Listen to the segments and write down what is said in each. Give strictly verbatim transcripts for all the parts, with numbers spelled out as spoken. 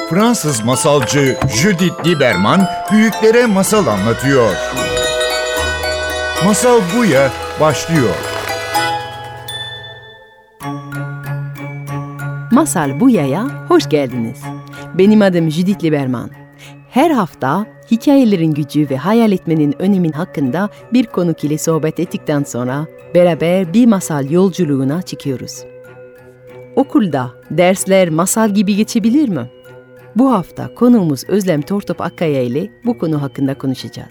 Fransız masalcı Judith Lieberman büyüklere masal anlatıyor. Masal Buya başlıyor. Masal Buya'ya hoş geldiniz. Benim adım Judith Lieberman. Her hafta hikayelerin gücü ve hayal etmenin önemin hakkında bir konuk ile sohbet ettikten sonra beraber bir masal yolculuğuna çıkıyoruz. Okulda dersler masal gibi geçebilir mi? Bu hafta konuğumuz Özlem Tortop Akkaya ile bu konu hakkında konuşacağız.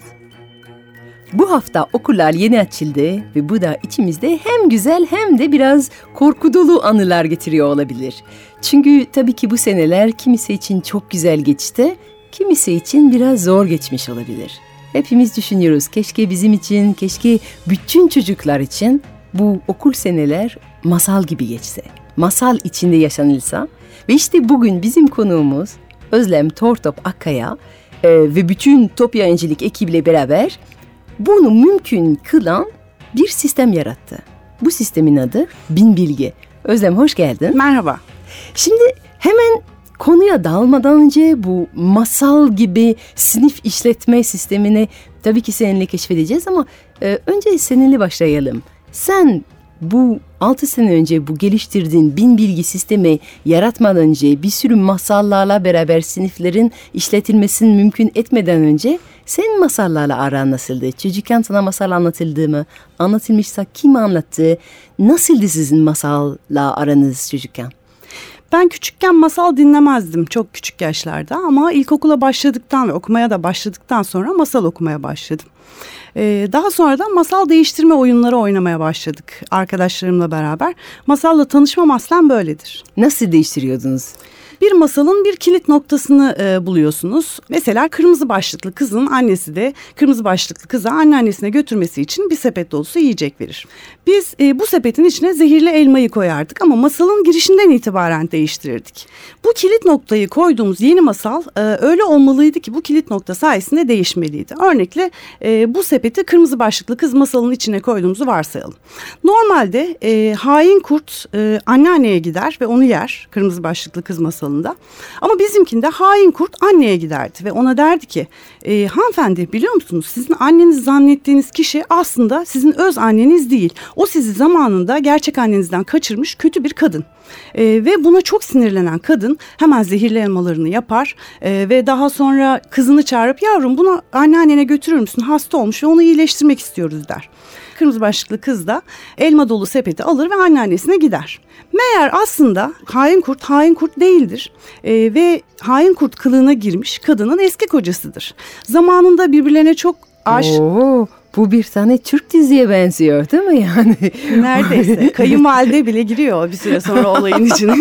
Bu hafta okullar yeni açıldı ve bu da içimizde hem güzel hem de biraz korku dolu anılar getiriyor olabilir. Çünkü tabii ki bu seneler kimisi için çok güzel geçti, kimisi için biraz zor geçmiş olabilir. Hepimiz düşünüyoruz, keşke bizim için, keşke bütün çocuklar için bu okul seneler masal gibi geçse. Masal içinde yaşanılsa. Ve işte bugün bizim konuğumuz Özlem Tortop Akkaya e, ve bütün Top Yayıncılık ekibiyle beraber bunu mümkün kılan bir sistem yarattı. Bu sistemin adı Bin Bilgi. Özlem hoş geldin. Merhaba. Şimdi hemen konuya dalmadan önce bu masal gibi sınıf işletme sistemini tabii ki seninle keşfedeceğiz ama e, önce seninle başlayalım. Sen bu altı sene önce bu geliştirdiğin Bin Bilgi sistemi yaratmadan önce bir sürü masallarla beraber sınıfların işletilmesini mümkün etmeden önce senin masallarla aran nasıldı? Çocukken sana masal anlatıldı mı? Anlatılmışsa kim anlattı? Nasıldı sizin masalla aranız çocukken? Ben küçükken masal dinlemezdim çok küçük yaşlarda ama ilkokula başladıktan ve okumaya da başladıktan sonra masal okumaya başladım. Ee, daha sonra da masal değiştirme oyunları oynamaya başladık arkadaşlarımla beraber. Masalla tanışmam aslen böyledir. Nasıl değiştiriyordunuz? Bir masalın bir kilit noktasını e, buluyorsunuz. Mesela kırmızı başlıklı kızın annesi de kırmızı başlıklı kıza anneannesine götürmesi için bir sepet dolusu yiyecek verir. Biz e, bu sepetin içine zehirli elmayı koyardık ama masalın girişinden itibaren değiştirirdik. Bu kilit noktayı koyduğumuz yeni masal e, öyle olmalıydı ki bu kilit nokta sayesinde değişmeliydi. Örnekle e, bu sepeti kırmızı başlıklı kız masalının içine koyduğumuzu varsayalım. Normalde e, hain kurt e, anneanneye gider ve onu yer, kırmızı başlıklı kız masalı. Ama bizimkinde hain kurt anneye giderdi ve ona derdi ki e, hanımefendi biliyor musunuz sizin anneniz zannettiğiniz kişi aslında sizin öz anneniz değil. O sizi zamanında gerçek annenizden kaçırmış kötü bir kadın. E, ve buna çok sinirlenen kadın hemen zehirli elmalarını yapar e, ve daha sonra kızını çağırıp yavrum bunu anneannene götürür müsün hasta olmuş ve onu iyileştirmek istiyoruz der. Kırmızı başlıklı kız da elma dolu sepeti alır ve anneannesine gider. Meğer aslında hain kurt hain kurt değildir ee, ve hain kurt kılığına girmiş kadının eski kocasıdır. Zamanında birbirlerine çok aşık... Oo, bu bir tane Türk diziye benziyor değil mi yani? Neredeyse kayınvalide bile giriyor bir süre sonra olayın içine.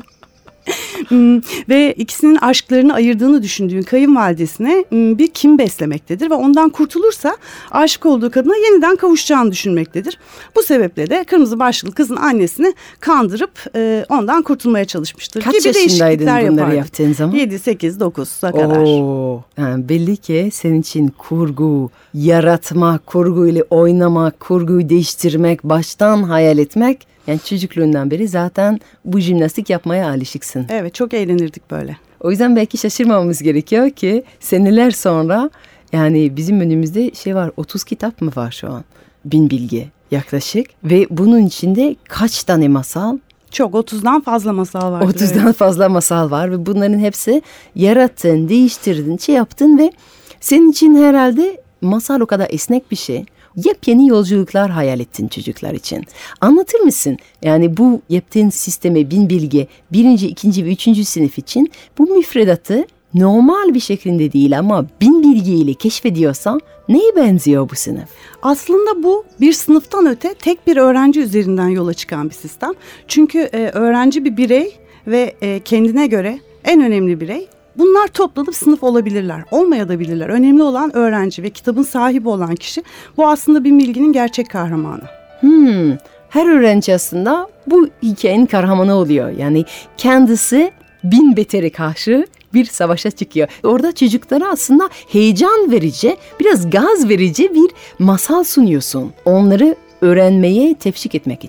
Ve ikisinin aşklarını ayırdığını düşündüğün kayınvalidesine bir kin beslemektedir ve ondan kurtulursa aşık olduğu kadına yeniden kavuşacağını düşünmektedir. Bu sebeple de kırmızı başlıklı kızın annesini kandırıp ondan kurtulmaya çalışmıştır. Kaç gibi yaşındaydın bunları yapardı. yaptığın zaman? yedi sekiz dokuza kadar. Oo, yani belli ki senin için kurgu, yaratmak, kurguyla oynamak, kurguyu değiştirmek, baştan hayal etmek... Yani çocukluğundan beri zaten bu jimnastik yapmaya alışıksın. Evet, çok eğlenirdik böyle. O yüzden belki şaşırmamamız gerekiyor ki seneler sonra yani bizim önümüzde şey var otuz kitap mı var şu an? Bin Bilgi yaklaşık ve bunun içinde kaç tane masal? Çok otuzdan fazla masal var. otuzdan evet. fazla masal var ve bunların hepsi yarattın, değiştirdin, şey yaptın ve senin için herhalde masal o kadar esnek bir şey. Yepyeni yolculuklar hayal ettin çocuklar için. Anlatır mısın? Yani bu yaptığın sisteme Bin Bilgi birinci, ikinci ve üçüncü sınıf için bu müfredatı normal bir şeklinde değil ama Bin Bilgi ile keşfediyorsan neye benziyor bu sınıf? Aslında bu bir sınıftan öte tek bir öğrenci üzerinden yola çıkan bir sistem. Çünkü e, öğrenci bir birey ve e, kendine göre en önemli birey. Bunlar toplanıp sınıf olabilirler, olmayabilirler. Önemli olan öğrenci ve kitabın sahibi olan kişi. Bu aslında Bin Bilgi'nin gerçek kahramanı. Hmm, her öğrenci aslında bu hikayenin kahramanı oluyor. Yani kendisi bin betere karşı bir savaşa çıkıyor. Orada çocuklara aslında heyecan verici, biraz gaz verici bir masal sunuyorsun. Onları öğrenmeye teşvik etmek için.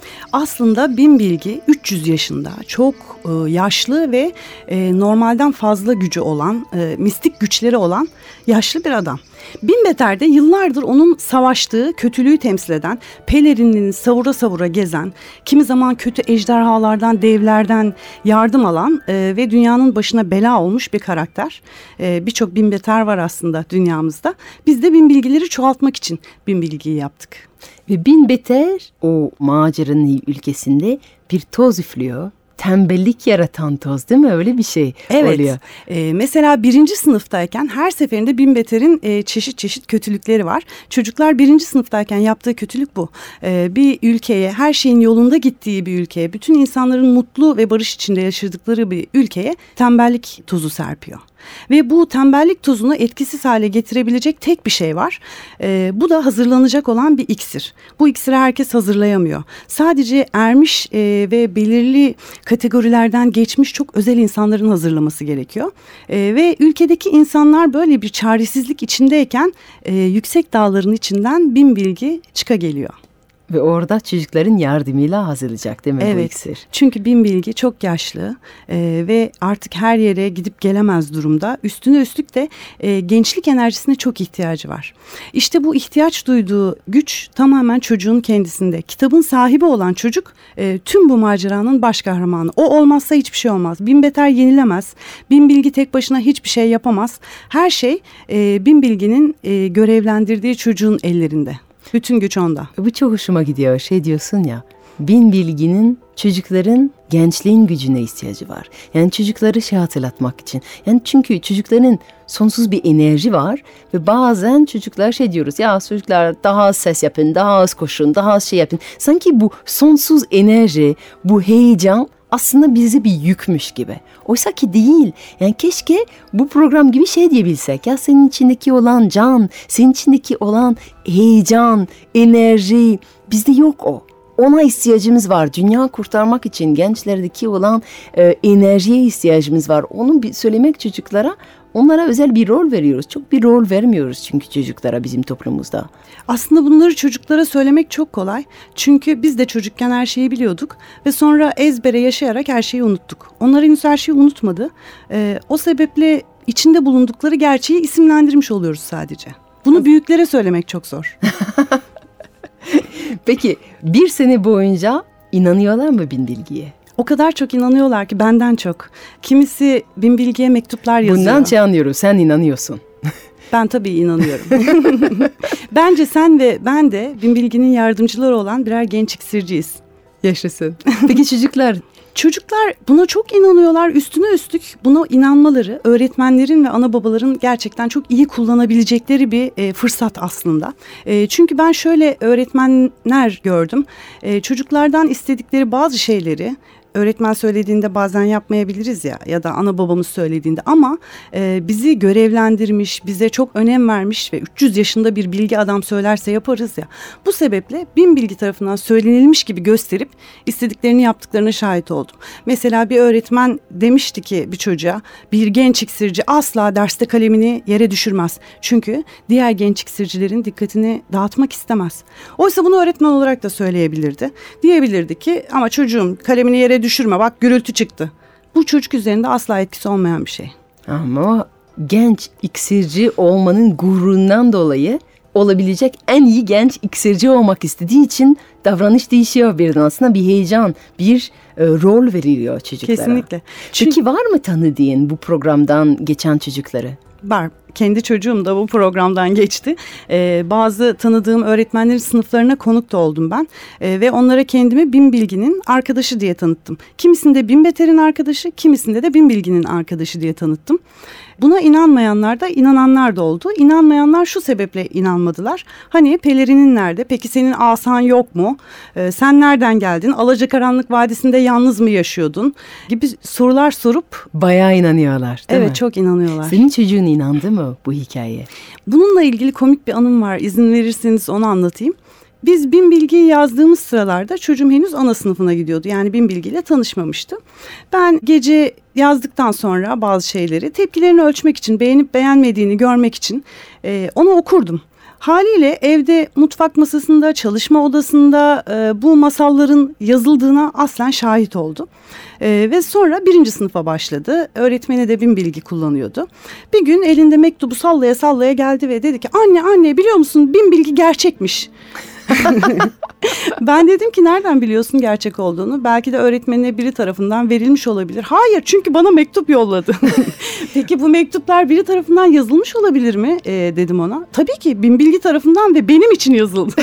Aslında Bin Bilgi üç yüz yaşında, çok e, yaşlı ve e, normalden fazla gücü olan, e, mistik güçleri olan yaşlı bir adam. Bin Beter de yıllardır onun savaştığı, kötülüğü temsil eden, pelerinini savura savura gezen, kimi zaman kötü ejderhalardan, devlerden yardım alan e, ve dünyanın başına bela olmuş bir karakter. E, Birçok Bin Beter var aslında dünyamızda. Biz de Bin Bilgileri çoğaltmak için Bin Bilgiyi yaptık. Ve Bin Beter o maceranın ülkesinde bir toz üflüyor. Tembellik yaratan toz, değil mi? Öyle bir şey evet. oluyor. Ee, mesela birinci sınıftayken her seferinde Bin Beter'in e, çeşit çeşit kötülükleri var. Çocuklar birinci sınıftayken yaptığı kötülük bu. Ee, bir ülkeye, her şeyin yolunda gittiği bir ülkeye, bütün insanların mutlu ve barış içinde yaşadıkları bir ülkeye tembellik tozu serpiyor. Ve bu tembellik tozunu etkisiz hale getirebilecek tek bir şey var. Ee, bu da hazırlanacak olan bir iksir. Bu iksiri herkes hazırlayamıyor. Sadece ermiş e, ve belirli kategorilerden geçmiş çok özel insanların hazırlaması gerekiyor. E, ve ülkedeki insanlar böyle bir çaresizlik içindeyken e, yüksek dağların içinden Bin Bilgi çıka geliyor. Ve orada çocukların yardımıyla hazırlayacak, değil mi evet, bu iksir? Çünkü Bin Bilgi çok yaşlı e, ve artık her yere gidip gelemez durumda. Üstüne üstlük de e, gençlik enerjisine çok ihtiyacı var. İşte bu ihtiyaç duyduğu güç tamamen çocuğun kendisinde. Kitabın sahibi olan çocuk e, tüm bu maceranın baş kahramanı. O olmazsa hiçbir şey olmaz. Bin Beter yenilemez. Bin Bilgi tek başına hiçbir şey yapamaz. Her şey e, Bin Bilgi'nin e, görevlendirdiği çocuğun ellerinde. Bütün güç onda. Bu çok hoşuma gidiyor. Şey diyorsun ya, Bin Bilgi'nin çocukların gençliğin gücüne ihtiyacı var. Yani çocukları şey hatırlatmak için. Yani çünkü çocukların sonsuz bir enerji var ve bazen çocuklar şey diyoruz ya, çocuklar daha az ses yapın, daha az koşun, daha az şey yapın. Sanki bu sonsuz enerji, bu heyecan aslında bizi bir yükmüş gibi. Oysa ki değil. Yani keşke bu program gibi şey diyebilsek. Ya senin içindeki olan can, senin içindeki olan heyecan, enerji, bizde yok o. Ona ihtiyacımız var. Dünya kurtarmak için gençlerdeki olan e, enerjiye ihtiyacımız var. Onu bir söylemek çocuklara, onlara özel bir rol veriyoruz. Çok bir rol vermiyoruz çünkü çocuklara bizim toplumumuzda. Aslında bunları çocuklara söylemek çok kolay. Çünkü biz de çocukken her şeyi biliyorduk ve sonra ezbere yaşayarak her şeyi unuttuk. Onlar henüz her şeyi unutmadı. Ee, o sebeple içinde bulundukları gerçeği isimlendirmiş oluyoruz sadece. Bunu büyüklere söylemek çok zor. Peki bir sene boyunca inanıyorlar mı Bin Bilgi'ye? O kadar çok inanıyorlar ki, benden çok. Kimisi Bin Bilgi'ye mektuplar yazıyor. Bundan şey anlıyoruz, sen inanıyorsun. Ben tabii inanıyorum. Bence sen ve ben de Bin Bilgi'nin yardımcıları olan birer genç iksirciyiz. Yaşasın. Peki çocuklar? Çocuklar buna çok inanıyorlar. Üstüne üstlük buna inanmaları öğretmenlerin ve ana babaların gerçekten çok iyi kullanabilecekleri bir e, fırsat aslında. E, çünkü ben şöyle öğretmenler gördüm. E, çocuklardan istedikleri bazı şeyleri öğretmen söylediğinde bazen yapmayabiliriz ya, ya da ana babamız söylediğinde, ama e, bizi görevlendirmiş, bize çok önem vermiş ve üç yüz yaşında bir bilgi adam söylerse yaparız ya. Bu sebeple Bin Bilgi tarafından söylenilmiş gibi gösterip istediklerini yaptıklarına şahit oldum. Mesela bir öğretmen demişti ki bir çocuğa, bir genç iksirci asla derste kalemini yere düşürmez. Çünkü diğer genç iksircilerin dikkatini dağıtmak istemez. Oysa bunu öğretmen olarak da söyleyebilirdi. Diyebilirdi ki ama çocuğum kalemini yere düşürme, bak gürültü çıktı. Bu çocuk üzerinde asla etkisi olmayan bir şey. Ama genç iksirci olmanın gururundan dolayı olabilecek en iyi genç iksirci olmak istediği için davranış değişiyor birden. Aslında bir heyecan, bir e, rol veriliyor çocuklara. Kesinlikle. Çünkü Çünkü var mı tanıdığın bu programdan geçen çocukları? Var. Kendi çocuğum da bu programdan geçti. Ee, bazı tanıdığım öğretmenlerin sınıflarına konuk da oldum ben. Ee, ve onlara kendimi Bin Bilgi'nin arkadaşı diye tanıttım. Kimisinde Bin Beter'in arkadaşı, kimisinde de Bin Bilgi'nin arkadaşı diye tanıttım. Buna inanmayanlar da inananlar da oldu. İnanmayanlar şu sebeple inanmadılar. Hani pelerinin nerede? Peki senin asan yok mu? Ee, sen nereden geldin? Alacakaranlık Vadisi'nde yalnız mı yaşıyordun? Gibi sorular sorup... Bayağı inanıyorlar, değil evet, mi? çok inanıyorlar. Senin çocuğun inandı mı bu hikayeye? Bununla ilgili komik bir anım var. İzin verirseniz onu anlatayım. Biz Bin Bilgi'yi yazdığımız sıralarda çocuğum henüz ana sınıfına gidiyordu. Yani Bin Bilgi ile tanışmamıştı. Ben gece yazdıktan sonra bazı şeyleri tepkilerini ölçmek için, beğenip beğenmediğini görmek için e, onu okurdum. Haliyle evde mutfak masasında, çalışma odasında e, bu masalların yazıldığına aslen şahit oldu. E, ve sonra birinci sınıfa başladı. Öğretmeni de bin bilgi kullanıyordu. Bir gün elinde mektubu sallaya sallaya geldi ve dedi ki anne anne biliyor musun bin bilgi gerçekmiş. Ben dedim ki nereden biliyorsun gerçek olduğunu? Belki de öğretmenine biri tarafından verilmiş olabilir. Hayır, çünkü bana mektup yolladı. Peki bu mektuplar biri tarafından yazılmış olabilir mi? E, dedim ona. Tabii ki bin bilgi tarafından ve benim için yazıldı.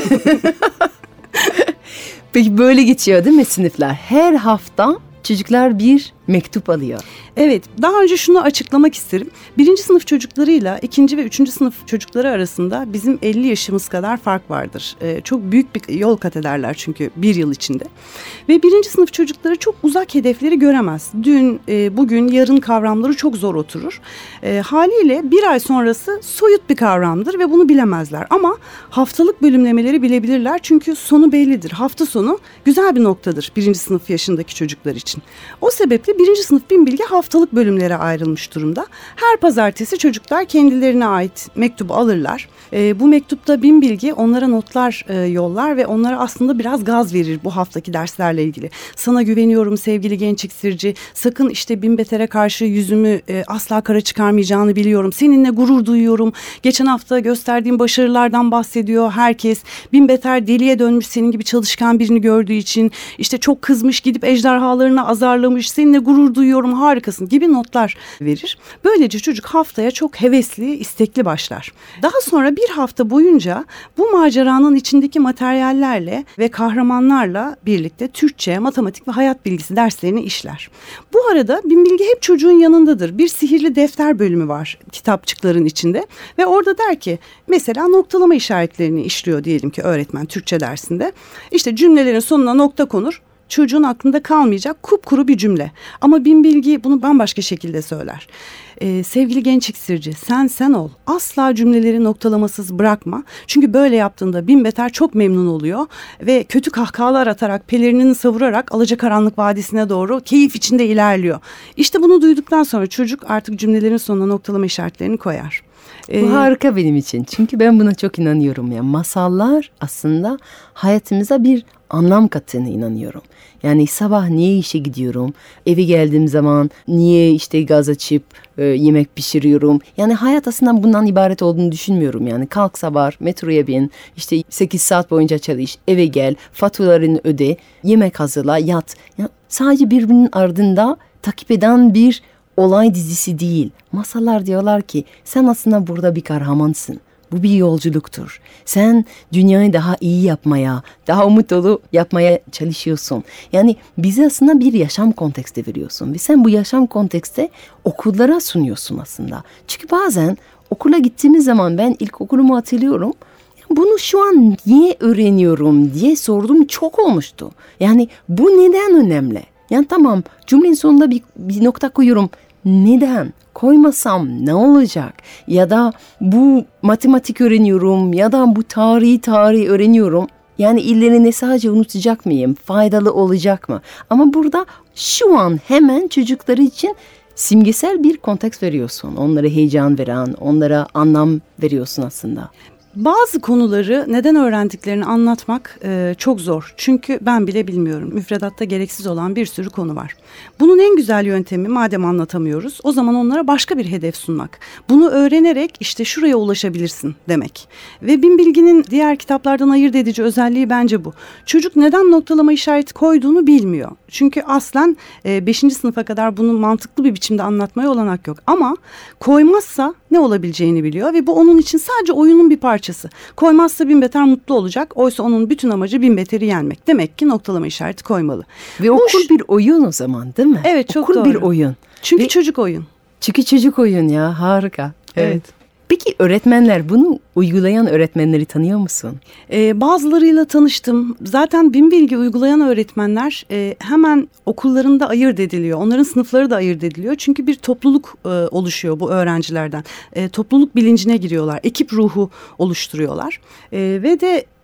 Peki böyle geçiyor değil mi sınıflar? Her hafta çocuklar bir mektup alıyor. Evet, daha önce şunu açıklamak isterim. Birinci sınıf çocuklarıyla ikinci ve üçüncü sınıf çocukları arasında bizim elli yaşımız kadar fark vardır. Ee, çok büyük bir yol kat ederler çünkü bir yıl içinde. Ve birinci sınıf çocukları çok uzak hedefleri göremez. Dün, e, bugün, yarın kavramları çok zor oturur. E, haliyle bir ay sonrası soyut bir kavramdır ve bunu bilemezler. Ama haftalık bölümlemeleri bilebilirler çünkü sonu bellidir. Hafta sonu güzel bir noktadır birinci sınıf yaşındaki çocuklar için. O sebeple birinci sınıf bin bilgi haftalık bölümlere ayrılmış durumda. Her pazartesi çocuklar kendilerine ait mektubu alırlar. E, bu mektupta bin bilgi onlara notlar e, yollar ve onlara aslında biraz gaz verir bu haftaki derslerle ilgili. Sana güveniyorum sevgili genç iksirci. Sakın işte bin betere karşı yüzümü e, asla kara çıkarmayacağını biliyorum. Seninle gurur duyuyorum. Geçen hafta gösterdiğim başarılardan bahsediyor herkes. Bin beter deliye dönmüş senin gibi çalışkan birini gördüğü için. İşte çok kızmış, gidip ejderhalarını azarlamış. Seninle gurur duyuyorum, harikasın gibi notlar verir. Böylece çocuk haftaya çok hevesli, istekli başlar. Daha sonra bir hafta boyunca bu maceranın içindeki materyallerle ve kahramanlarla birlikte Türkçe, matematik ve hayat bilgisi derslerini işler. Bu arada bin bilgi hep çocuğun yanındadır. Bir sihirli defter bölümü var kitapçıkların içinde ve orada der ki mesela noktalama işaretlerini işliyor diyelim ki öğretmen Türkçe dersinde. İşte cümlelerin sonuna nokta konur. Çocuğun aklında kalmayacak kupkuru bir cümle. Ama bin bilgi bunu bambaşka şekilde söyler. Ee, sevgili genç iksirci, sen sen ol. Asla cümleleri noktalamasız bırakma. Çünkü böyle yaptığında bin beter çok memnun oluyor. Ve kötü kahkahalar atarak, pelerinini savurarak Alacakaranlık Vadisi'ne doğru keyif içinde ilerliyor. İşte bunu duyduktan sonra çocuk artık cümlelerin sonuna noktalama işaretlerini koyar. Bu ee, harika benim için. Çünkü ben buna çok inanıyorum. Ya. Masallar aslında hayatımıza bir anlam kattığına inanıyorum. Yani sabah niye işe gidiyorum? Eve geldiğim zaman niye işte gaz açıp e, yemek pişiriyorum? Yani hayat aslında bundan ibaret olduğunu düşünmüyorum. Yani kalk sabah metroya bin, işte sekiz saat boyunca çalış, eve gel, faturalarını öde, yemek hazırla, yat. Yani sadece birbirinin ardında takip eden bir olay dizisi değil. Masallar diyorlar ki sen aslında burada bir kahramansın. Bu bir yolculuktur. Sen dünyayı daha iyi yapmaya, daha umut dolu yapmaya çalışıyorsun. Yani bize aslında bir yaşam konteksti veriyorsun. Ve sen bu yaşam kontekste okullara sunuyorsun aslında. Çünkü bazen okula gittiğimiz zaman ben ilkokulumu hatırlıyorum. Bunu şu an niye öğreniyorum diye sorduğum çok olmuştu. Yani bu neden önemli? Yani tamam cümlenin sonunda bir, bir nokta koyuyorum. Neden? Koymasam ne olacak? Ya da bu matematik öğreniyorum ya da bu tarihi tarihi öğreniyorum. Yani ilerine sadece unutacak mıyım? Faydalı olacak mı? Ama burada şu an hemen çocukları için simgesel bir konteks veriyorsun. Onlara heyecan veren, onlara anlam veriyorsun aslında. Bazı konuları neden öğrendiklerini anlatmak e, çok zor. Çünkü ben bile bilmiyorum. Müfredatta gereksiz olan bir sürü konu var. Bunun en güzel yöntemi madem anlatamıyoruz, o zaman onlara başka bir hedef sunmak. Bunu öğrenerek işte şuraya ulaşabilirsin demek. Ve bin bilginin diğer kitaplardan ayırt edici özelliği bence bu. Çocuk neden noktalama işareti koyduğunu bilmiyor. Çünkü aslen e, beşinci sınıfa kadar bunu mantıklı bir biçimde anlatmaya olanak yok. Ama koymazsa ne olabileceğini biliyor ve bu onun için sadece oyunun bir parçası. Koymazsa bin beter mutlu olacak. Oysa onun bütün amacı bin beteri yenmek. Demek ki noktalama işareti koymalı. Ve bu okul bir oyun o zaman değil mi? Evet, çok okul doğru. bir oyun. Çünkü ve, çocuk oyun. Çünkü çocuk oyun ya, harika. Evet. evet. Peki öğretmenler, bunu uygulayan öğretmenleri tanıyor musun? Ee, bazılarıyla tanıştım. Zaten bin bilgi uygulayan öğretmenler e, hemen okullarında ayırt ediliyor. Onların sınıfları da ayırt ediliyor. Çünkü bir topluluk e, oluşuyor bu öğrencilerden. E, topluluk bilincine giriyorlar. Ekip ruhu oluşturuyorlar. E, ve de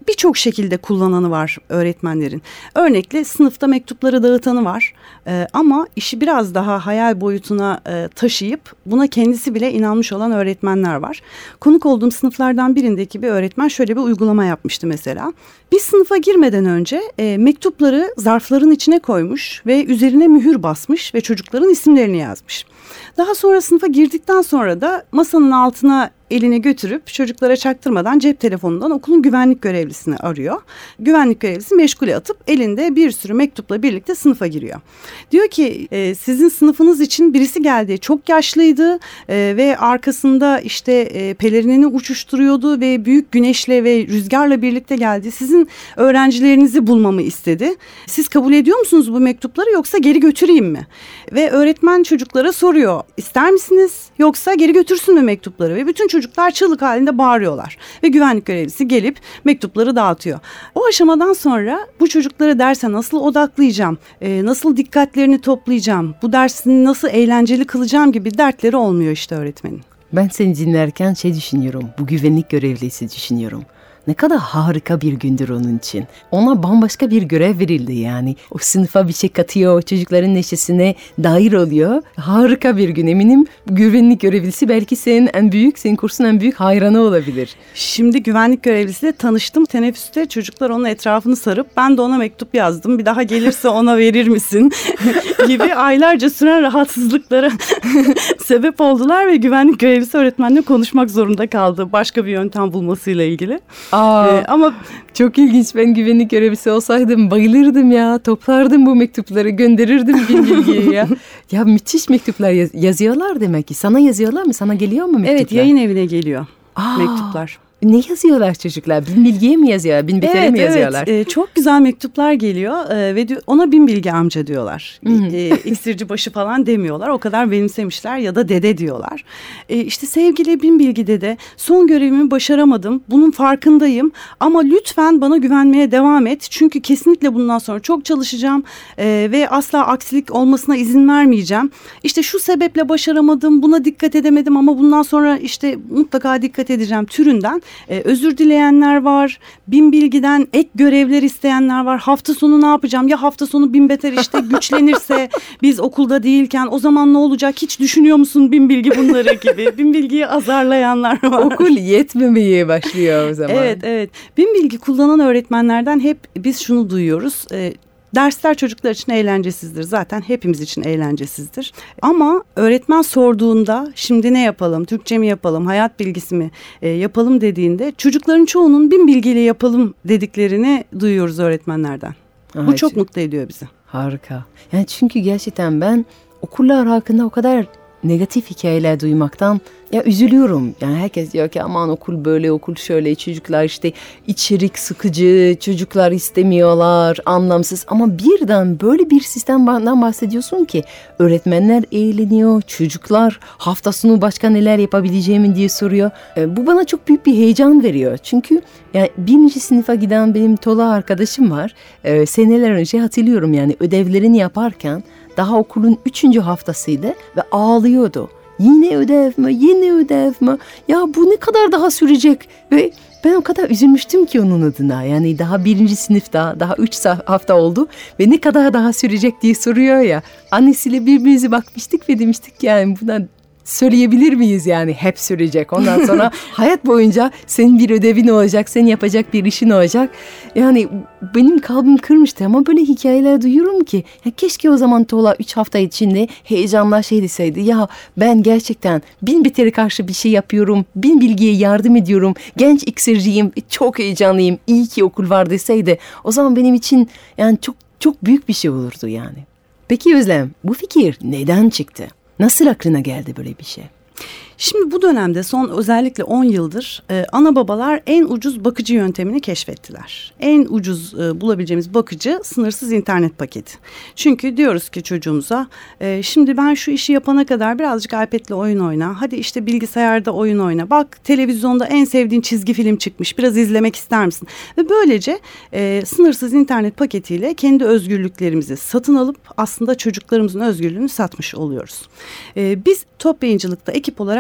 birçok şekilde kullananı var öğretmenlerin. Örnekle sınıfta mektupları dağıtanı var. Ee, ama işi biraz daha hayal boyutuna e, taşıyıp buna kendisi bile inanmış olan öğretmenler var. Konuk olduğum sınıflardan birindeki bir öğretmen şöyle bir uygulama yapmıştı mesela. Biz sınıfa girmeden önce e, mektupları zarfların içine koymuş ve üzerine mühür basmış ve çocukların isimlerini yazmış. Daha sonra sınıfa girdikten sonra da masanın altına elini götürüp çocuklara çaktırmadan cep telefonundan okulun güvenlik görevlisini arıyor. Güvenlik görevlisi meşgule atıp elinde bir sürü mektupla birlikte sınıfa giriyor. Diyor ki e, sizin sınıfınız için birisi geldi, çok yaşlıydı e, ve arkasında işte e, pelerinini uçuşturuyordu ve büyük güneşle ve rüzgarla birlikte geldi. Sizin öğrencilerinizi bulmamı istedi. Siz kabul ediyor musunuz bu mektupları yoksa geri götüreyim mi? Ve öğretmen çocuklara soruyor, ister misiniz yoksa geri götürsün mü mektupları? Ve bütün çocuklar çığlık halinde bağırıyorlar ve güvenlik görevlisi gelip mektupları dağıtıyor. O aşamadan sonra bu çocukları derse nasıl odaklayacağım, e, nasıl dikkatlerini toplayacağım, bu dersini nasıl eğlenceli kılacağım gibi dertleri olmuyor işte öğretmenin. Ben seni dinlerken şey düşünüyorum, bu güvenlik görevlisi düşünüyorum. Ne kadar harika bir gündür onun için. Ona bambaşka bir görev verildi yani. O sınıfa bir şey katıyor, çocukların neşesine dair oluyor. Harika bir gün, eminim. Güvenlik görevlisi belki senin en büyük, senin kursun en büyük hayranı olabilir. Şimdi güvenlik görevlisiyle tanıştım. Teneffüste çocuklar onun etrafını sarıp ben de ona mektup yazdım. Bir daha gelirse ona verir misin? gibi aylarca süren rahatsızlıklara sebep oldular ve güvenlik görevlisi öğretmenle konuşmak zorunda kaldı. Başka bir yöntem bulmasıyla ilgili. Aa, ee, ama çok ilginç. Ben güvenlik görevlisi olsaydım bayılırdım ya. Toplardım bu mektupları, gönderirdim bin bilgiyi ya. Ya müthiş mektuplar yaz- yazıyorlar demek ki. Sana yazıyorlar mı? Sana geliyor mu mektuplar? Evet, yayın evine geliyor Aa, mektuplar. Ne yazıyorlar çocuklar? Bin bilgiye mi yazıyorlar? Bin betere evet, mi yazıyorlar? Evet, e, çok güzel mektuplar geliyor e, ve diyor, ona bin bilgi amca diyorlar. e, İksirci başı falan demiyorlar. O kadar benimsemişler ya da dede diyorlar. E, işte sevgili bin bilgi dede, son görevimi başaramadım. Bunun farkındayım ama lütfen bana güvenmeye devam et. Çünkü kesinlikle bundan sonra çok çalışacağım e, ve asla aksilik olmasına izin vermeyeceğim. İşte şu sebeple başaramadım, buna dikkat edemedim ama bundan sonra işte mutlaka dikkat edeceğim türünden. Ee, özür dileyenler var, bin bilgiden ek görevler isteyenler var. Hafta sonu ne yapacağım? Ya hafta sonu bin beter işte güçlenirse biz okulda değilken o zaman ne olacak? Hiç düşünüyor musun bin bilgi bunları gibi? Bin bilgiyi azarlayanlar var. Okul yetmemeye başlıyor o zaman. Evet, evet. Bin bilgi kullanan öğretmenlerden hep biz şunu duyuyoruz. Ee, Dersler çocuklar için eğlencesizdir. Zaten hepimiz için eğlencesizdir. Ama öğretmen sorduğunda şimdi ne yapalım? Türkçe mi yapalım? Hayat bilgisi mi e, yapalım dediğinde çocukların çoğunun bin bilgiyle yapalım dediklerini duyuyoruz öğretmenlerden. Aha, Bu çok için. mutlu ediyor bizi. Harika. Yani çünkü gerçekten ben okullar hakkında o kadar negatif hikayeler duymaktan ya üzülüyorum. Yani herkes diyor ki aman okul böyle, okul şöyle, çocuklar işte içerik sıkıcı, çocuklar istemiyorlar, anlamsız. Ama birden böyle bir sistemden bahsediyorsun ki öğretmenler eğleniyor, çocuklar hafta sonu başka neler yapabileceğimi diye soruyor. E, bu bana çok büyük bir heyecan veriyor. Çünkü yani birinci sınıfa giden benim Tola arkadaşım var. E, seneler önce hatırlıyorum yani ödevlerini yaparken daha okulun üçüncü haftasıydı ve ağlıyordu. Yine ödev mi? Yine ödev mi? Ya bu ne kadar daha sürecek? Ve ben o kadar üzülmüştüm ki onun adına. Yani daha birinci sınıfta, daha üç hafta oldu ve ne kadar daha sürecek diye soruyor ya. Annesiyle birbirimize bakmıştık ve demiştik yani buna söyleyebilir miyiz yani hep sürecek. Ondan sonra hayat boyunca senin bir ödevin olacak, senin yapacak bir işin olacak. Yani benim kalbim kırmıştı ama böyle hikayeler duyuyorum ki ya keşke o zaman Tola üç hafta içinde heyecanla şey deseydi. Ya ben gerçekten bin betere karşı bir şey yapıyorum, bin bilgiye yardım ediyorum, genç iksirciyim, çok heyecanlıyım, iyi ki okul var deseydi. O zaman benim için yani çok çok büyük bir şey olurdu yani. Peki Özlem, bu fikir neden çıktı? Nasıl aklına geldi böyle bir şey? Şimdi bu dönemde son özellikle on yıldır e, ana babalar en ucuz bakıcı yöntemini keşfettiler. En ucuz e, bulabileceğimiz bakıcı sınırsız internet paketi. Çünkü diyoruz ki çocuğumuza e, şimdi ben şu işi yapana kadar birazcık iPad'le oyun oyna. Hadi işte bilgisayarda oyun oyna. Bak televizyonda en sevdiğin çizgi film çıkmış. Biraz izlemek ister misin? Ve böylece e, sınırsız internet paketiyle kendi özgürlüklerimizi satın alıp aslında çocuklarımızın özgürlüğünü satmış oluyoruz. E, biz Top Yayıncılık'ta ekip olarak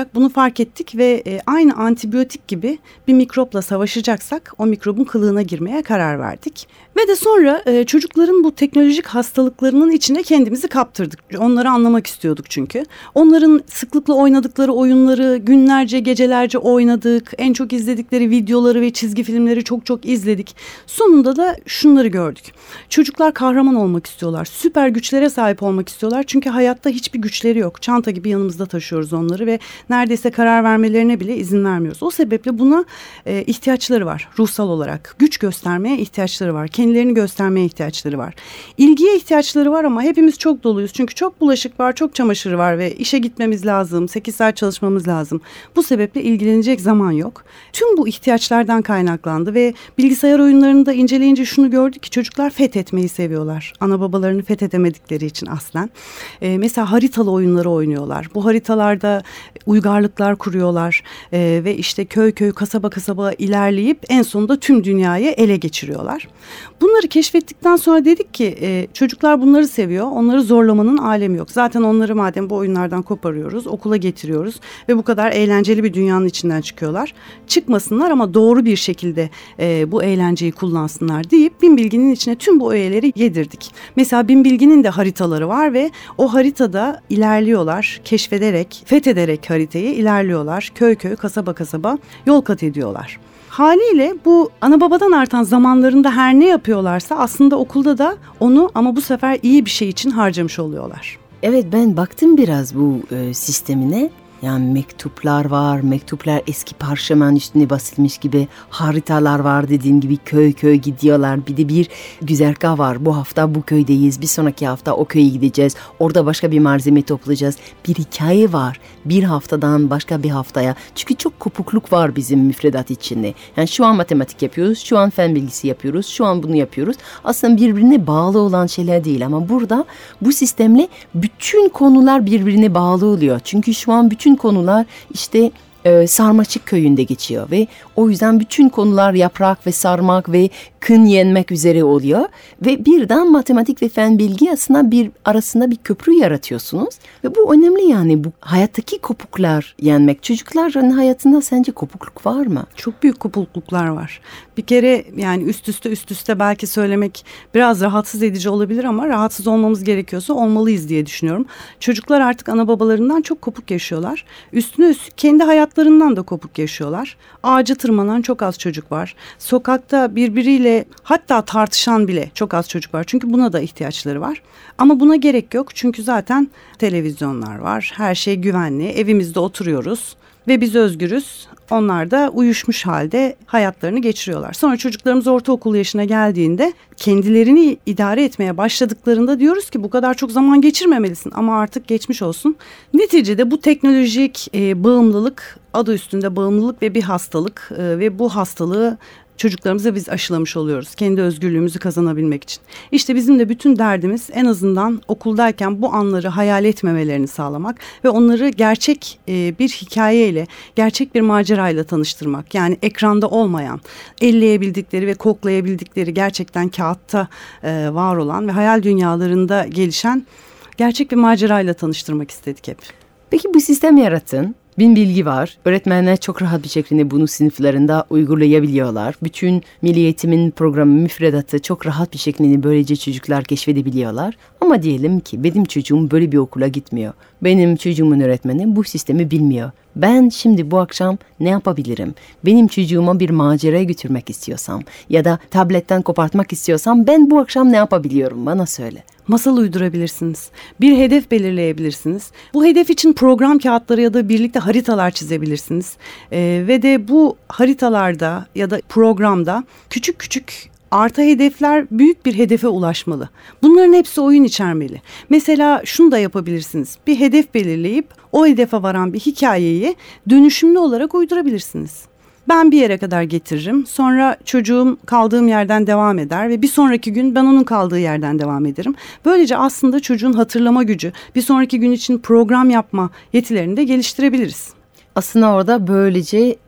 olarak bunu fark ettik ve e, aynı antibiyotik gibi bir mikropla savaşacaksak o mikrobun kılığına girmeye karar verdik. Ve de sonra e, çocukların bu teknolojik hastalıklarının içine kendimizi kaptırdık. Onları anlamak istiyorduk çünkü. Onların sıklıkla oynadıkları oyunları günlerce, gecelerce oynadık. En çok izledikleri videoları ve çizgi filmleri çok çok izledik. Sonunda da şunları gördük. Çocuklar kahraman olmak istiyorlar. Süper güçlere sahip olmak istiyorlar. Çünkü hayatta hiçbir güçleri yok. Çanta gibi yanımızda taşıyoruz onları ve neredeyse karar vermelerine bile izin vermiyoruz. O sebeple buna e, ihtiyaçları var ruhsal olarak. Güç göstermeye ihtiyaçları var. Kendilerini göstermeye ihtiyaçları var. İlgiye ihtiyaçları var ama hepimiz çok doluyuz. Çünkü çok bulaşık var, çok çamaşır var ve işe gitmemiz lazım. sekiz saat çalışmamız lazım. Bu sebeple ilgilenecek zaman yok. Tüm bu ihtiyaçlardan kaynaklandı ve bilgisayar oyunlarını da inceleyince şunu gördük ki çocuklar fethetmeyi seviyorlar. Ana babalarını fethedemedikleri için aslen. Ee, mesela haritalı oyunları oynuyorlar. Bu haritalarda uygarlıklar kuruyorlar ee, ve işte köy köy, kasaba kasaba ilerleyip en sonunda tüm dünyayı ele geçiriyorlar. Bunları keşfettikten sonra dedik ki e, çocuklar bunları seviyor. Onları zorlamanın alemi yok. Zaten onları madem bu oyunlardan koparıyoruz, okula getiriyoruz ve bu kadar eğlenceli bir dünyanın içinden çıkıyorlar. Çıkmasınlar ama doğru bir şekilde e, bu eğlenceyi kullansınlar deyip Binbilgi'nin içine tüm bu öğeleri yedirdik. Mesela Binbilgi'nin de haritaları var ve o haritada ilerliyorlar. Keşfederek, fethederek haritayı ilerliyorlar. Köy köy, kasaba kasaba yol kat ediyorlar. Haliyle bu ana babadan artan zamanlarında her ne yapıyorlarsa aslında okulda da onu ama bu sefer iyi bir şey için harcamış oluyorlar. Evet, ben baktım biraz bu e, sistemine. Yani mektuplar var, mektuplar eski parşömen üstüne basılmış gibi, haritalar var dediğin gibi, köy köy gidiyorlar. Bir de bir güzergah var. Bu hafta bu köydeyiz, bir sonraki hafta o köye gideceğiz. Orada başka bir malzeme toplayacağız. Bir hikaye var. Bir haftadan başka bir haftaya. Çünkü çok kopukluk var bizim müfredat içinde. Yani şu an matematik yapıyoruz, şu an fen bilgisi yapıyoruz, şu an bunu yapıyoruz. Aslında birbirine bağlı olan şeyler değil ama burada bu sistemle bütün konular birbirine bağlı oluyor. Çünkü şu an bütün Bütün konular işte e, Sarmaşık köyünde geçiyor ve o yüzden bütün konular yaprak ve sarmak ve kın yenmek üzere oluyor ve birden matematik ve fen bilgi aslında bir arasında bir köprü yaratıyorsunuz ve bu önemli. Yani bu hayattaki kopuklar yenmek. Çocukların hayatında sence kopukluk var mı? Çok büyük kopukluklar var. Bir kere yani üst üste üst üste belki söylemek biraz rahatsız edici olabilir ama rahatsız olmamız gerekiyorsa olmalıyız diye düşünüyorum. Çocuklar artık ana babalarından çok kopuk yaşıyorlar. Üstüne üstlük kendi hayatlarından da kopuk yaşıyorlar. Ağaca tırmanan çok az çocuk var. Sokakta birbiriyle hatta tartışan bile çok az çocuk var. Çünkü buna da ihtiyaçları var. Ama buna gerek yok. Çünkü zaten televizyonlar var. Her şey güvenli. Evimizde oturuyoruz ve biz özgürüz. Onlar da uyuşmuş halde hayatlarını geçiriyorlar. Sonra çocuklarımız ortaokul yaşına geldiğinde kendilerini idare etmeye başladıklarında diyoruz ki bu kadar çok zaman geçirmemelisin ama artık geçmiş olsun. Neticede bu teknolojik e, bağımlılık, adı üstünde bağımlılık ve bir hastalık e, ve bu hastalığı çocuklarımıza biz aşılamış oluyoruz. Kendi özgürlüğümüzü kazanabilmek için. İşte bizim de bütün derdimiz en azından okuldayken bu anları hayal etmemelerini sağlamak ve onları gerçek e, bir hikayeyle, gerçek bir macerayla tanıştırmak. Yani ekranda olmayan, elleyebildikleri ve koklayabildikleri, gerçekten kağıtta e, var olan ve hayal dünyalarında gelişen gerçek bir macerayla tanıştırmak istedik hep. Peki bu sistem yarattın. Binbilgi var. Öğretmenler çok rahat bir şekilde bunu sınıflarında uygulayabiliyorlar. Bütün Milli Eğitim'in programı, müfredatı çok rahat bir şekilde böylece çocuklar keşfedebiliyorlar. Ama diyelim ki benim çocuğum böyle bir okula gitmiyor. Benim çocuğumun öğretmeni bu sistemi bilmiyor. Ben şimdi bu akşam ne yapabilirim? Benim çocuğuma bir maceraya götürmek istiyorsam ya da tabletten kopartmak istiyorsam ben bu akşam ne yapabiliyorum? Bana söyle. Masal uydurabilirsiniz. Bir hedef belirleyebilirsiniz. Bu hedef için program kağıtları ya da birlikte haritalar çizebilirsiniz. Ee, ve de bu haritalarda ya da programda küçük küçük artı hedefler büyük bir hedefe ulaşmalı. Bunların hepsi oyun içermeli. Mesela şunu da yapabilirsiniz. Bir hedef belirleyip o hedefe varan bir hikayeyi dönüşümlü olarak uydurabilirsiniz. Ben bir yere kadar getiririm. Sonra çocuğum kaldığım yerden devam eder ve bir sonraki gün ben onun kaldığı yerden devam ederim. Böylece aslında çocuğun hatırlama gücü, bir sonraki gün için program yapma yetilerini de geliştirebiliriz. Aslında orada böylece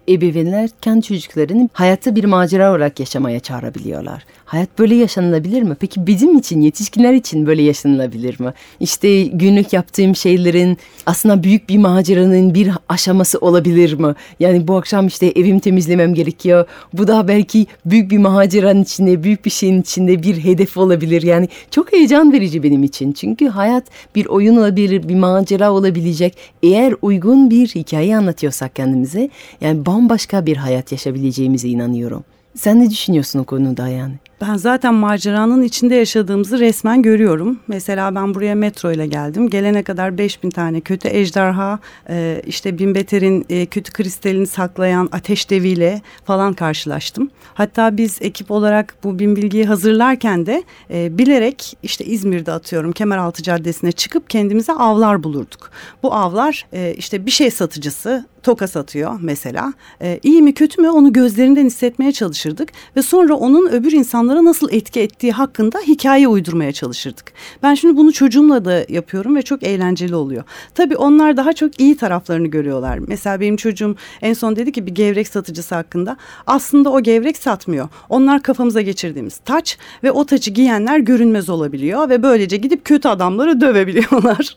ebeveynler kendi çocuklarını hayatı bir macera olarak yaşamaya çağırabiliyorlar. Hayat böyle yaşanılabilir mi? Peki bizim için, yetişkinler için böyle yaşanılabilir mi? İşte günlük yaptığım şeylerin aslında büyük bir maceranın bir aşaması olabilir mi? Yani bu akşam işte evimi temizlemem gerekiyor. Bu da belki büyük bir maceranın içinde, büyük bir şeyin içinde bir hedef olabilir. Yani çok heyecan verici benim için. Çünkü hayat bir oyun olabilir, bir macera olabilecek. Eğer uygun bir hikaye anlatıyorsak kendimize, yani bambaşka bir hayat yaşayabileceğimize inanıyorum. Sen ne düşünüyorsun o konuda yani? Ben zaten maceranın içinde yaşadığımızı resmen görüyorum. Mesela ben buraya metro ile geldim. Gelene kadar beş bin tane kötü ejderha, işte Bin Beter'in kötü kristalini saklayan ateş deviyle falan karşılaştım. Hatta biz ekip olarak bu Bin Bilgi'yi hazırlarken de bilerek işte İzmir'de atıyorum Kemeraltı Caddesi'ne çıkıp kendimize avlar bulurduk. Bu avlar işte bir şey satıcısı toka satıyor mesela. Ee, iyi mi kötü mü onu gözlerinden hissetmeye çalışırdık ve sonra onun öbür insanlara nasıl etki ettiği hakkında hikaye uydurmaya çalışırdık. Ben şimdi bunu çocuğumla da yapıyorum ve çok eğlenceli oluyor. Tabii onlar daha çok iyi taraflarını görüyorlar. Mesela benim çocuğum en son dedi ki bir gevrek satıcısı hakkında aslında o gevrek satmıyor. Onlar kafamıza geçirdiğimiz taç ve o taçı giyenler görünmez olabiliyor ve böylece gidip kötü adamları dövebiliyorlar.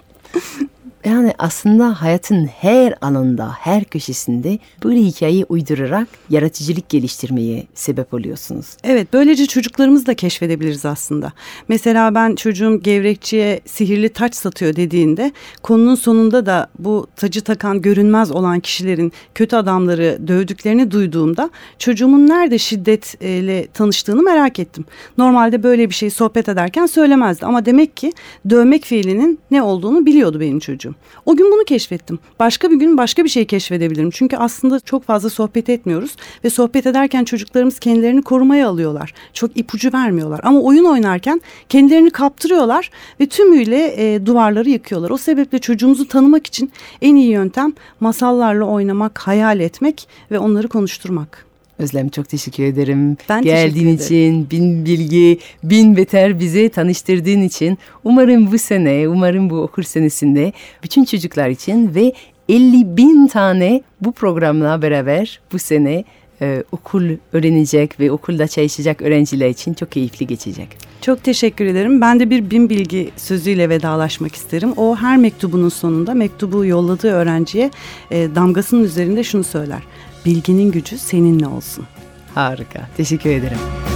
Yani aslında hayatın her alanında, her köşesinde böyle hikayeyi uydurarak yaratıcılık geliştirmeye sebep oluyorsunuz. Evet, böylece çocuklarımızı da keşfedebiliriz aslında. Mesela ben çocuğum gevrekçiye sihirli taç satıyor dediğinde konunun sonunda da bu tacı takan görünmez olan kişilerin kötü adamları dövdüklerini duyduğumda çocuğumun nerede şiddetle tanıştığını merak ettim. Normalde böyle bir şeyi sohbet ederken söylemezdi ama demek ki dövmek fiilinin ne olduğunu biliyordu benim çocuğum. O gün bunu keşfettim. Başka bir gün başka bir şey keşfedebilirim. Çünkü aslında çok fazla sohbet etmiyoruz ve sohbet ederken çocuklarımız kendilerini korumaya alıyorlar. Çok ipucu vermiyorlar ama oyun oynarken kendilerini kaptırıyorlar ve tümüyle e, duvarları yıkıyorlar. O sebeple çocuğumuzu tanımak için en iyi yöntem masallarla oynamak, hayal etmek ve onları konuşturmak. Özlem çok teşekkür ederim. Ben Geldiğin teşekkür ederim. için, Bin Bilgi, Bin Beter bizi tanıştırdığın için. Umarım bu sene, umarım bu okur senesinde bütün çocuklar için ve elli bin tane bu programla beraber bu sene e, okul öğrenecek ve okulda çalışacak öğrenciler için çok keyifli geçecek. Çok teşekkür ederim. Ben de bir Bin Bilgi sözüyle vedalaşmak isterim. O her mektubunun sonunda mektubu yolladığı öğrenciye e, damgasının üzerinde şunu söyler. Bilginin gücü seninle olsun. Harika. Teşekkür ederim.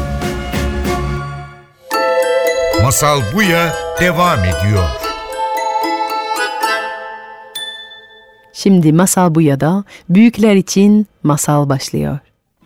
Masal Buya devam ediyor. Şimdi Masal Buya'da büyükler için masal başlıyor.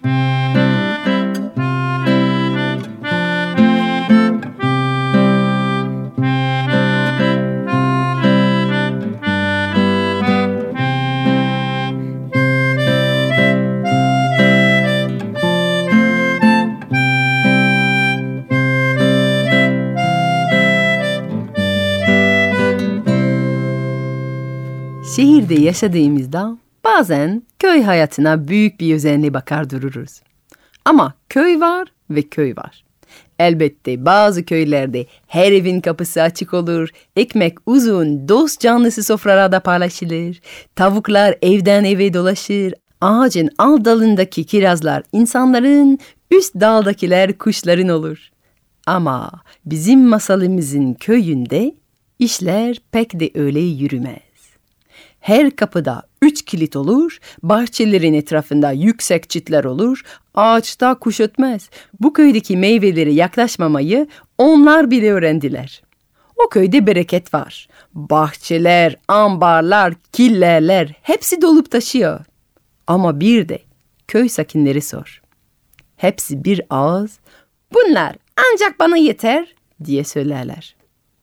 Şehirde yaşadığımızda bazen köy hayatına büyük bir özenle bakar dururuz. Ama köy var ve köy var. Elbette bazı köylerde her evin kapısı açık olur, ekmek uzun, dost canlısı sofralarda paylaşılır, tavuklar evden eve dolaşır, ağacın alt dalındaki kirazlar insanların, üst daldakiler kuşların olur. Ama bizim masalımızın köyünde işler pek de öyle yürümez. Her kapıda üç kilit olur, bahçelerin etrafında yüksek çitler olur, ağaçta kuş ötmez. Bu köydeki meyveleri yaklaşmamayı onlar bile öğrendiler. O köyde bereket var. Bahçeler, ambarlar, killerler hepsi dolup taşıyor. Ama bir de köy sakinleri sor. Hepsi bir ağız, bunlar ancak bana yeter diye söylerler.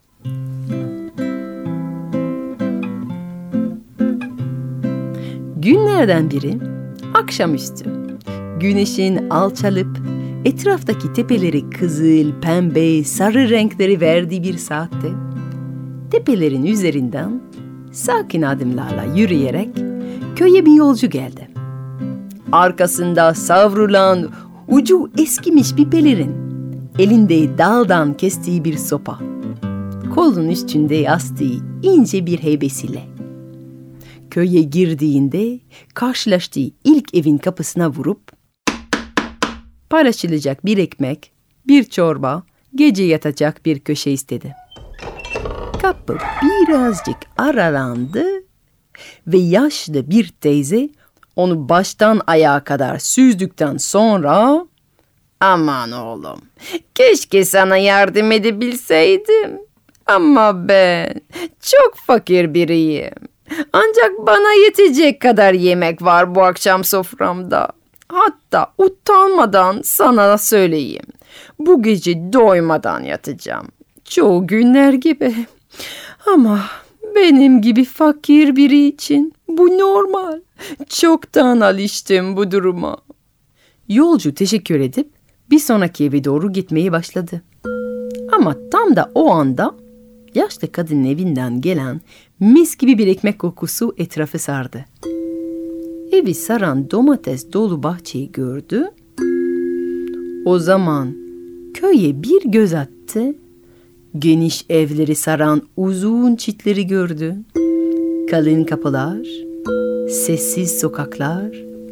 Günlerden biri akşamüstü güneşin alçalıp etraftaki tepeleri kızıl, pembe, sarı renkleri verdiği bir saatte tepelerin üzerinden sakin adımlarla yürüyerek köye bir yolcu geldi. Arkasında savrulan ucu eskimiş bir pelerin, elinde daldan kestiği bir sopa, kolun üstünde astığı ince bir heybesiyle. köye girdiğinde karşılaştığı ilk evin kapısına vurup paylaşılacak bir ekmek, bir çorba, gece yatacak bir köşe istedi. Kapı birazcık aralandı ve yaşlı bir teyze onu baştan ayağa kadar süzdükten sonra "Aman oğlum, keşke sana yardım edebilseydim. Ama ben çok fakir biriyim. Ancak bana yetecek kadar yemek var bu akşam soframda. Hatta utanmadan sana söyleyeyim. Bu gece doymadan yatacağım. Çoğu günler gibi. Ama benim gibi fakir biri için bu normal. Çoktan alıştım bu duruma." Yolcu teşekkür edip bir sonraki eve doğru gitmeye başladı. Ama tam da o anda yaşlı kadının evinden gelen mis gibi bir ekmek kokusu etrafı sardı. Evi saran domates dolu bahçeyi gördü. O zaman köye bir göz attı. Geniş evleri saran uzun çitleri gördü. Kalın kapılar, sessiz sokaklar.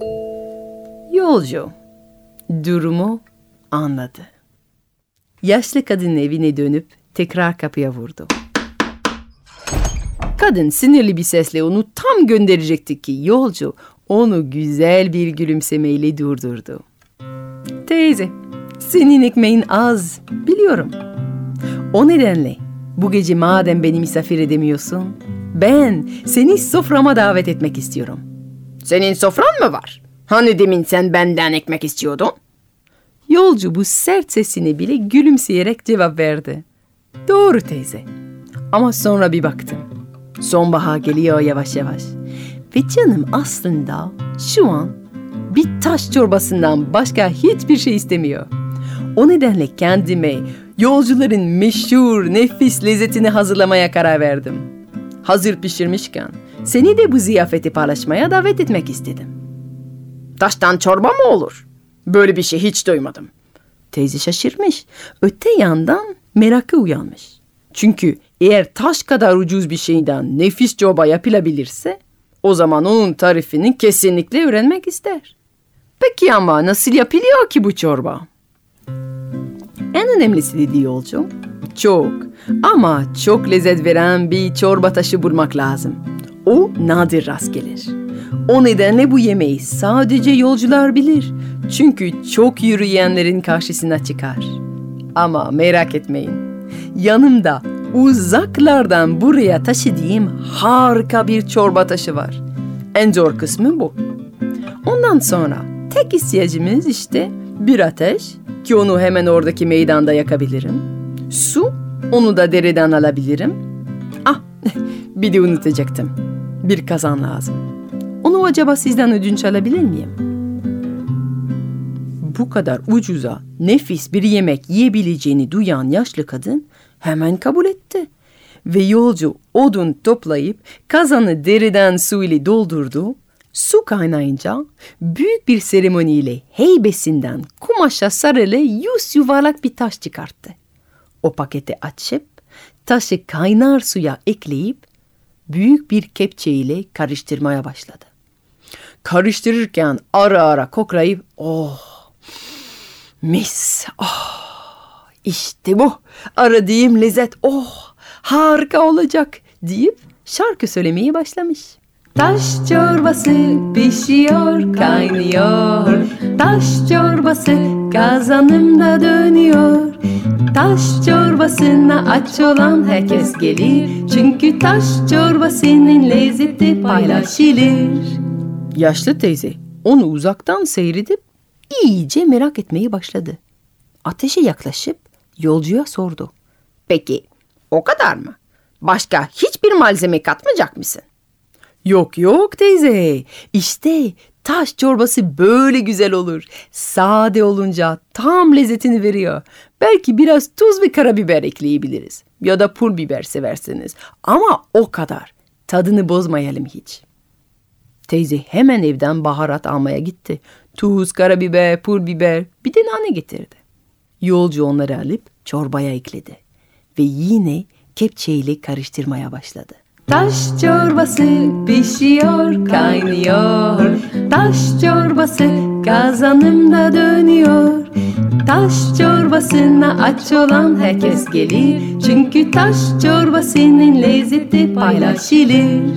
Yolcu durumu anladı. Yaşlı kadının evine dönüp tekrar kapıya vurdu. Kadın sinirli bir sesle onu tam gönderecekti ki yolcu onu güzel bir gülümsemeyle durdurdu. "Teyze, senin ekmeğin az, biliyorum. O nedenle bu gece madem beni misafir edemiyorsun, ben seni soframa davet etmek istiyorum." "Senin sofran mı var? Hani demin sen benden ekmek istiyordun?" Yolcu bu sert sesine bile gülümseyerek cevap verdi. "Doğru teyze. Ama sonra bir baktım. Sonbahar geliyor yavaş yavaş. Ve canım aslında şu an bir taş çorbasından başka hiçbir şey istemiyor. O nedenle kendime yolcuların meşhur nefis lezzetini hazırlamaya karar verdim. Hazır pişirmişken seni de bu ziyafeti paylaşmaya davet etmek istedim." "Taştan çorba mı olur? Böyle bir şey hiç duymadım." Teyze şaşırmış. Öte yandan merakı uyanmış. Çünkü eğer taş kadar ucuz bir şeyden nefis çorba yapılabilirse o zaman onun tarifini kesinlikle öğrenmek ister. "Peki ama nasıl yapılıyor ki bu çorba?" "En önemlisi," dedi yolcu, "çok ama çok lezzet veren bir çorba taşı bulmak lazım. O nadir rast gelir. O nedenle bu yemeği sadece yolcular bilir. Çünkü çok yürüyenlerin karşısına çıkar. Ama merak etmeyin. Yanımda uzaklardan buraya taşıdığım harika bir çorba taşı var. En zor kısmı bu. Ondan sonra tek ihtiyacımız işte bir ateş ki onu hemen oradaki meydanda yakabilirim. Su, onu da dereden alabilirim. Ah, bir de unutacaktım. Bir kazan lazım. Onu acaba sizden ödünç alabilir miyim?" Bu kadar ucuza nefis bir yemek yiyebileceğini duyan yaşlı kadın hemen kabul etti. Ve yolcu odun toplayıp kazanı deriden su ile doldurdu. Su kaynayınca büyük bir seremoniyle heybesinden kumaşa sarılı yüz yuvarlak bir taş çıkarttı. O paketi açıp taşı kaynar suya ekleyip büyük bir kepçe ile karıştırmaya başladı. Karıştırırken ara ara koklayıp "Oh, mis, oh, işte bu aradığım lezzet, oh, harika olacak" deyip şarkı söylemeye başlamış. Taş çorbası pişiyor, kaynıyor. Taş çorbası kazanımda dönüyor. Taş çorbasına aç olan herkes gelir. Çünkü taş çorbasının lezzeti paylaşılır. Yaşlı teyze onu uzaktan seyredip iyice merak etmeye başladı. Ateşe yaklaşıp yolcuya sordu. "Peki o kadar mı? Başka hiçbir malzeme katmayacak mısın?" "Yok yok teyze. İşte taş çorbası böyle güzel olur. Sade olunca tam lezzetini veriyor. Belki biraz tuz ve karabiber ekleyebiliriz. Ya da pul biber severseniz. Ama o kadar. Tadını bozmayalım hiç." Teyze hemen evden baharat almaya gitti. Tuz, karabiber, pul biber, bir de nane getirdi. Yolcu onları alıp çorbaya ekledi. Ve yine kepçeyle karıştırmaya başladı. Taş çorbası pişiyor, kaynıyor. Taş çorbası kazanımda dönüyor. Taş çorbasına aç olan herkes gelir. Çünkü taş çorbasının lezzeti paylaşılır.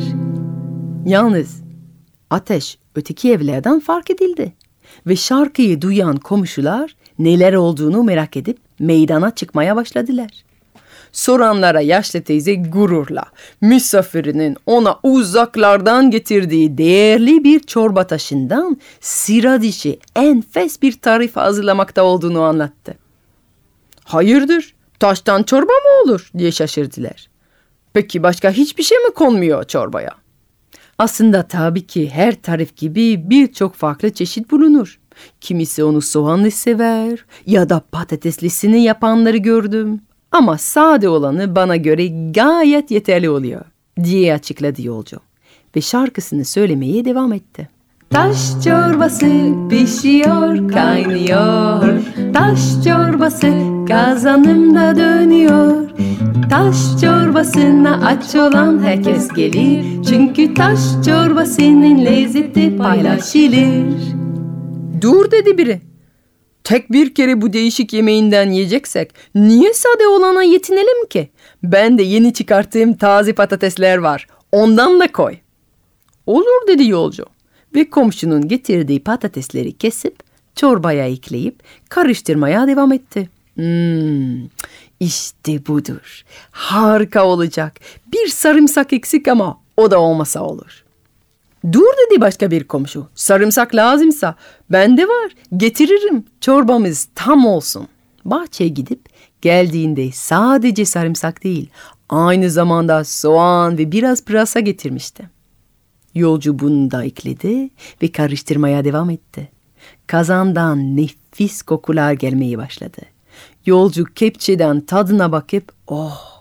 Yalnız ateş öteki evlerden fark edildi. Ve şarkıyı duyan komşular neler olduğunu merak edip meydana çıkmaya başladılar. Soranlara yaşlı teyze gururla misafirinin ona uzaklardan getirdiği değerli bir çorba taşından sıra dışı enfes bir tarif hazırlamakta olduğunu anlattı. "Hayırdır, taştan çorba mı olur?" diye şaşırdılar. "Peki başka hiçbir şey mi konmuyor çorbaya?" Aslında tabii ki her tarif gibi birçok farklı çeşit bulunur. Kimisi onu soğanlı sever ya da patateslisini yapanları gördüm. Ama sade olanı bana göre gayet yeterli oluyor diye açıkladı yolcu. Ve şarkısını söylemeye devam etti. Taş çorbası pişiyor, kaynıyor. Taş çorbası kazanımda dönüyor. Taş çorbasına aç olan herkes gelir. Çünkü taş çorbasının lezzeti paylaşılır. "Dur," dedi biri. "Tek bir kere bu değişik yemeğinden yiyeceksek niye sade olana yetinelim ki? Ben de yeni çıkarttığım taze patatesler var. Ondan da koy." "Olur," dedi yolcu. Ve komşunun getirdiği patatesleri kesip çorbaya ekleyip karıştırmaya devam etti. Hmm, işte budur. Harika olacak. Bir sarımsak eksik ama o da olmasa olur. "Dur," dedi başka bir komşu. "Sarımsak lazımsa bende var. Getiririm. Çorbamız tam olsun." Bahçeye gidip geldiğinde sadece sarımsak değil, aynı zamanda soğan ve biraz pırasa getirmişti. Yolcu bunu da ekledi ve karıştırmaya devam etti. Kazandan nefis kokular gelmeye başladı. Yolcu kepçeden tadına bakıp "Oh,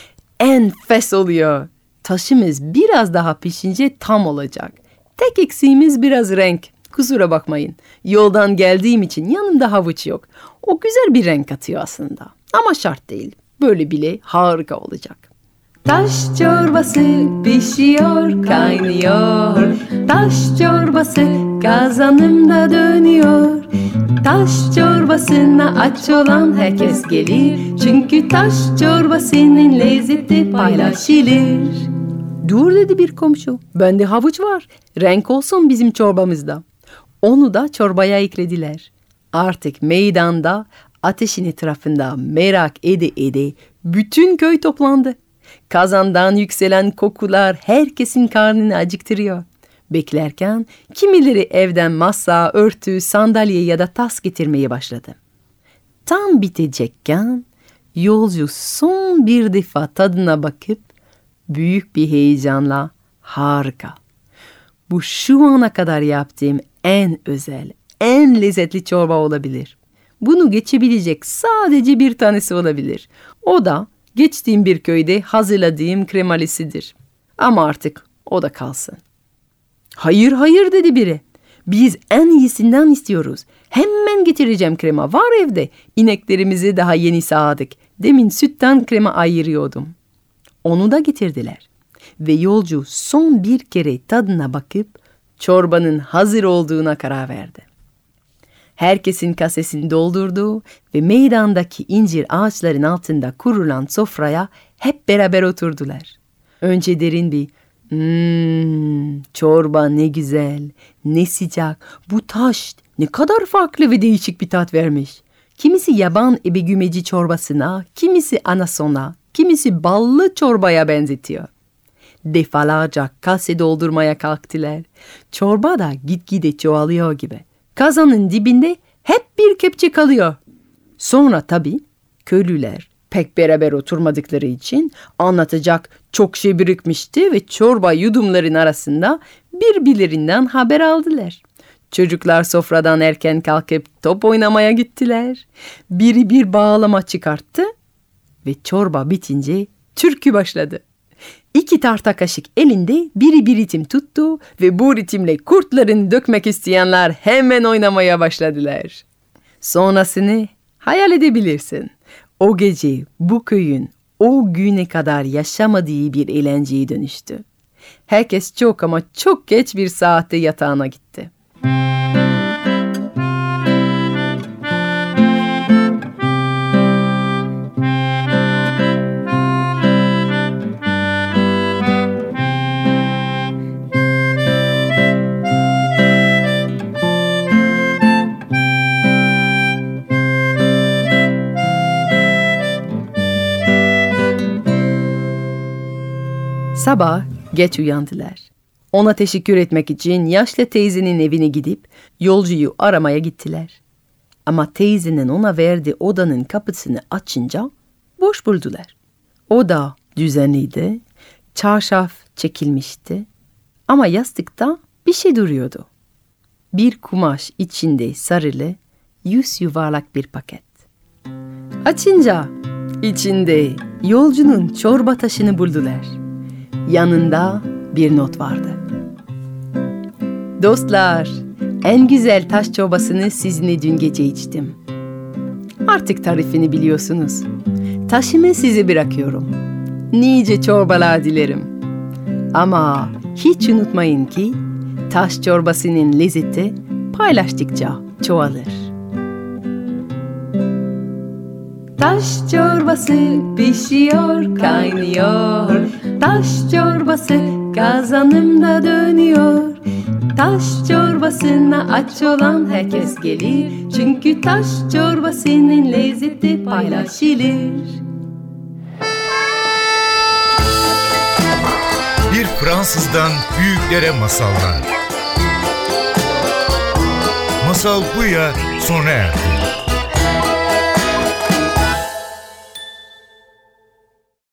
enfes oluyor. Taşımız biraz daha pişince tam olacak. Tek eksiğimiz biraz renk. Kusura bakmayın. Yoldan geldiğim için yanımda havuç yok. O güzel bir renk atıyor aslında. Ama şart değil. Böyle bile harika olacak." Taş çorbası pişiyor, kaynıyor. Taş çorbası kazanımda dönüyor. Taş çorbasına aç olan herkes gelir. Çünkü taş çorbasının lezzeti paylaşılır. "Dur," dedi bir komşu. "Bende havuç var. Renk olsun bizim çorbamızda." Onu da çorbaya eklediler. Artık meydanda ateşin etrafında merak ede ede bütün köy toplandı. Kazandan yükselen kokular herkesin karnını acıktırıyor. Beklerken kimileri evden masa, örtü, sandalye ya da tas getirmeye başladı. Tam bitecekken yolcu son bir defa tadına bakıp büyük bir heyecanla "Harika. Bu şu ana kadar yaptığım en özel, en lezzetli çorba olabilir. Bunu geçebilecek sadece bir tanesi olabilir. O da geçtiğim bir köyde hazırladığım kremalisidir. Ama artık o da kalsın." "Hayır hayır," dedi biri. "Biz en iyisinden istiyoruz. Hemen getireceğim krema. Var evde. İneklerimizi daha yeni sağdık. Demin sütten krema ayırıyordum." Onu da getirdiler. Ve yolcu son bir kere tadına bakıp çorbanın hazır olduğuna karar verdi. Herkesin kasesini doldurdu ve meydandaki incir ağaçların altında kurulan sofraya hep beraber oturdular. Önce derin bir "Hmm, çorba ne güzel, ne sıcak, bu taş ne kadar farklı ve değişik bir tat vermiş." Kimisi yaban ebegümeci çorbasına, kimisi anasona, kimisi ballı çorbaya benzetiyor. Defalarca kase doldurmaya kalktılar. Çorba da gitgide çoğalıyor gibi. Kazanın dibinde hep bir kepçe kalıyor. Sonra tabii köylüler pek beraber oturmadıkları için anlatacak çok şey birikmişti ve çorba yudumların arasında birbirlerinden haber aldılar. Çocuklar sofradan erken kalkıp top oynamaya gittiler. Biri bir bağlama çıkarttı ve çorba bitince türkü başladı. İki tahta kaşık elinde biri bir ritim tuttu ve bu ritimle kurtların dökmek isteyenler hemen oynamaya başladılar. Sonrasını hayal edebilirsin. O gece bu köyün o güne kadar yaşamadığı bir eğlenceye dönüştü. Herkes çok ama çok geç bir saatte yatağına gitti. Sabah geç uyandılar. Ona teşekkür etmek için yaşlı teyzenin evine gidip yolcuyu aramaya gittiler. Ama teyzenin ona verdiği odanın kapısını açınca boş buldular. Oda düzenliydi, çarşaf çekilmişti ama yastıkta bir şey duruyordu. Bir kumaş içinde sarılı, yüz yuvarlak bir paket. Açınca içinde yolcunun çorba taşını buldular. Yanında bir not vardı. Dostlar, en güzel taş çorbasını sizinle dün gece içtim. Artık tarifini biliyorsunuz. Taşımı size bırakıyorum. Nice çorbalar dilerim. Ama hiç unutmayın ki taş çorbasının lezzeti paylaştıkça çoğalır. Taş çorbası pişiyor, kaynıyor. Taş çorbası kazanımda dönüyor. Taş çorbasına aç olan herkes gelir. Çünkü taş çorbasının lezzeti paylaşılır. Bir Fransızdan büyüklere masallar. Masal Buya sona erdi.